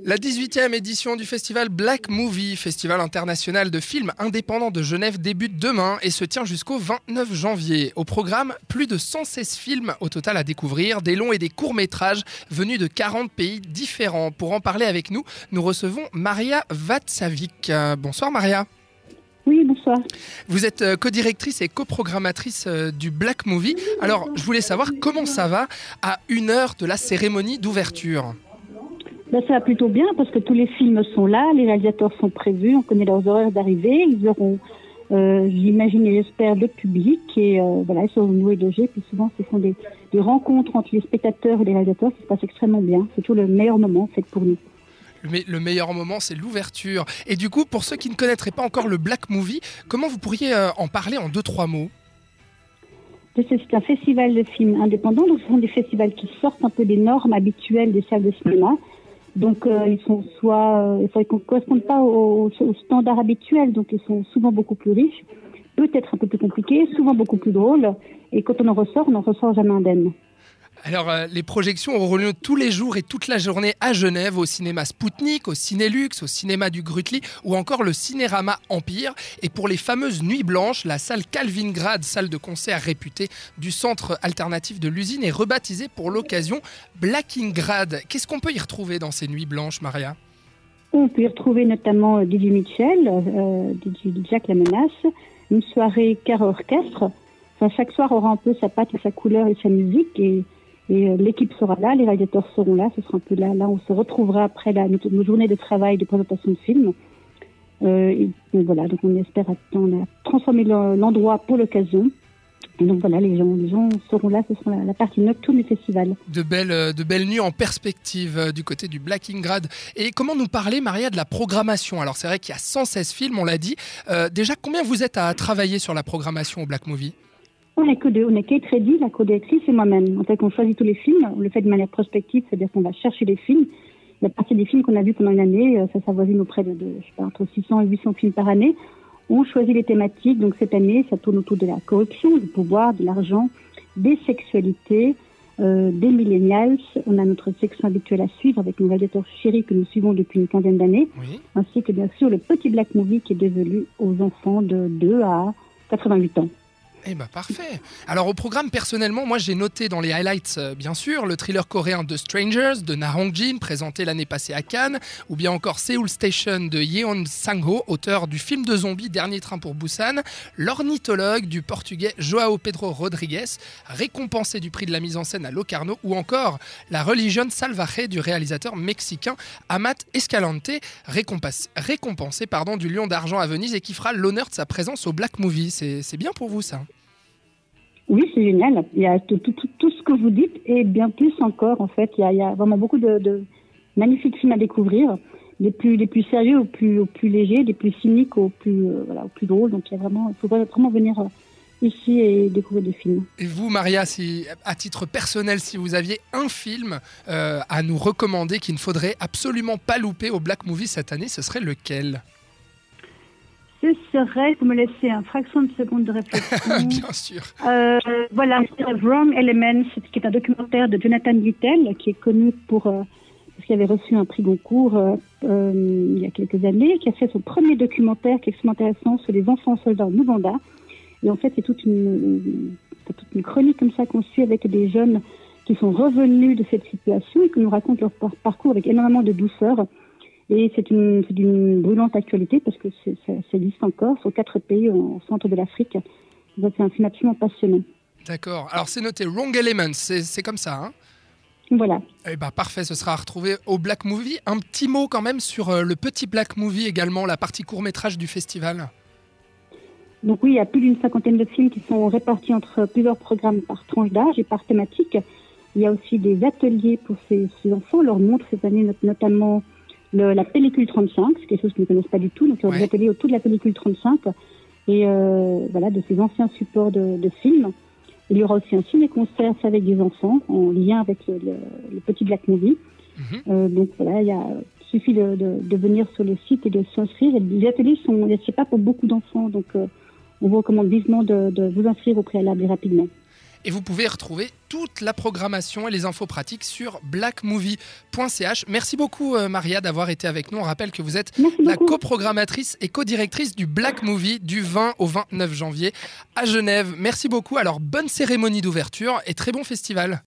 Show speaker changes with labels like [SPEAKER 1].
[SPEAKER 1] La 18e édition du festival Black Movie, festival international de films indépendants de Genève, débute demain et se tient jusqu'au 29 janvier. Au programme, plus de 116 films au total à découvrir, des longs et des courts-métrages venus de 40 pays différents. Pour en parler avec nous, nous recevons Maria Vatsavic. Bonsoir Maria.
[SPEAKER 2] Oui, bonsoir.
[SPEAKER 1] Vous êtes co-directrice et coprogrammatrice du Black Movie. Alors, je voulais savoir comment ça va à 1 heure de la cérémonie d'ouverture.
[SPEAKER 2] Ça va plutôt bien parce que tous les films sont là, les réalisateurs sont prévus, on connaît leurs horaires d'arrivée, ils auront, j'imagine et j'espère, le public et ils seront loués et logés. Puis souvent, ce sont des rencontres entre les spectateurs et les réalisateurs qui se passent extrêmement bien. C'est toujours le meilleur moment en fait pour nous.
[SPEAKER 1] Le meilleur moment, c'est l'ouverture. Et du coup, pour ceux qui ne connaîtraient pas encore le Black Movie, comment vous pourriez en parler en 2-3 mots ?
[SPEAKER 2] C'est un festival de films indépendants, donc ce sont des festivals qui sortent un peu des normes habituelles des salles de cinéma. Donc ils sont ils ne correspondent pas aux standards habituels, donc ils sont souvent beaucoup plus riches, peut-être un peu plus compliqués, souvent beaucoup plus drôles, et quand on en ressort jamais indemne.
[SPEAKER 1] Alors, les projections auront lieu tous les jours et toute la journée à Genève, au cinéma Spoutnik, au Cinélux, au cinéma du Grutli ou encore le Cinérama Empire. Et pour les fameuses Nuits Blanches, la salle Calvingrad, salle de concert réputée du centre alternatif de l'usine, est rebaptisée pour l'occasion Blackingrad. Qu'est-ce qu'on peut y retrouver dans ces Nuits Blanches, Maria ?
[SPEAKER 2] On peut y retrouver notamment DJ Mitchell, DJ Jack La Menace, une soirée chœur orchestre. Enfin, chaque soir aura un peu sa patte et sa couleur et sa musique et l'équipe sera là, les réalisateurs seront là, ce sera un peu là on se retrouvera après nos journées de travail, de présentation de films. Donc on espère on a transformé l'endroit pour l'occasion. Et donc voilà, les gens seront là, ce sera la partie nocturne du festival.
[SPEAKER 1] De belles nuits en perspective du côté du Blackingrad. Et comment nous parler, Maria, de la programmation ? Alors c'est vrai qu'il y a 116 films, on l'a dit. Déjà, combien vous êtes à travailler sur la programmation au Black Movie ?
[SPEAKER 2] On est que deux. On est Kate Reddy, la co-directrice, et moi-même. En fait, on choisit tous les films. On le fait de manière prospective, c'est-à-dire qu'on va chercher les films. La partie des films qu'on a vus pendant une année, ça s'avoisine auprès de entre 600 et 800 films par année. On choisit les thématiques. Donc cette année, ça tourne autour de la corruption, du pouvoir, de l'argent, des sexualités, des millennials. On a notre section habituelle à suivre avec nos réalisateurs chéris que nous suivons depuis une quinzaine d'années. Oui. Ainsi que bien sûr le petit Black Movie qui est dévolu aux enfants de 2 à 88 ans.
[SPEAKER 1] Eh ben parfait. Alors au programme, personnellement, moi j'ai noté dans les highlights, bien sûr, le thriller coréen The Strangers de Na Hong-jin, présenté l'année passée à Cannes, ou bien encore Seoul Station de Yeon Sang-ho, auteur du film de zombies Dernier train pour Busan, L'ornithologue du portugais João Pedro Rodrigues, récompensé du prix de la mise en scène à Locarno, ou encore La religion salvaje du réalisateur mexicain Amat Escalante, récompensé du Lion d'argent à Venise et qui fera l'honneur de sa présence au Black Movie. C'est bien pour vous ça ?
[SPEAKER 2] Oui, c'est génial. Il y a tout ce que vous dites et bien plus encore, en fait. Il y a vraiment beaucoup de magnifiques films à découvrir, les plus sérieux aux plus légers, les plus cyniques aux plus drôles. Donc, il faut vraiment venir ici et découvrir des films.
[SPEAKER 1] Et vous, Maria, à titre personnel, si vous aviez un film à nous recommander qu'il ne faudrait absolument pas louper au Black Movie cette année, ce serait lequel ?
[SPEAKER 2] Ce serait, vous me laissez une fraction de seconde de réflexion.
[SPEAKER 1] Bien sûr.
[SPEAKER 2] Wrong Elements, qui est un documentaire de Jonathan Littell, qui est connu parce qu'il avait reçu un prix Goncourt il y a quelques années, qui a fait son premier documentaire qui est extrêmement intéressant sur les enfants soldats en Ouganda. Et en fait, c'est toute une chronique comme ça qu'on suit avec des jeunes qui sont revenus de cette situation et qui nous racontent leur parcours avec énormément de douceur. Et c'est d'une brûlante actualité parce que ça existe encore sur 4 pays au centre de l'Afrique. Donc c'est un film absolument passionnant.
[SPEAKER 1] D'accord. Alors c'est noté Wrong Elements, c'est comme ça, hein ?
[SPEAKER 2] Voilà.
[SPEAKER 1] Eh ben parfait, ce sera à retrouver au Black Movie. Un petit mot quand même sur le petit Black Movie également, la partie court-métrage du festival.
[SPEAKER 2] Donc oui, il y a plus d'une 50aine de films qui sont répartis entre plusieurs programmes par tranche d'âge et par thématique. Il y a aussi des ateliers pour ces enfants. On leur montre cette année notamment la pellicule 35, c'est quelque chose qu'ils ne connaissent pas du tout. Donc, il y a des ateliers autour de la pellicule 35 et de ces anciens supports de films. Il y aura aussi un ciné-concert avec des enfants en lien avec le petit Black Movie. Donc voilà, il suffit de venir sur le site et de s'inscrire. Les ateliers c'est pas pour beaucoup d'enfants, donc on vous recommande vivement de vous inscrire au préalable rapidement.
[SPEAKER 1] Et vous pouvez retrouver toute la programmation et les infos pratiques sur blackmovie.ch. Merci beaucoup Maria d'avoir été avec nous. On rappelle que vous êtes la coprogrammatrice et co-directrice du Black Movie du 20 au 29 janvier à Genève. Merci beaucoup. Alors bonne cérémonie d'ouverture et très bon festival.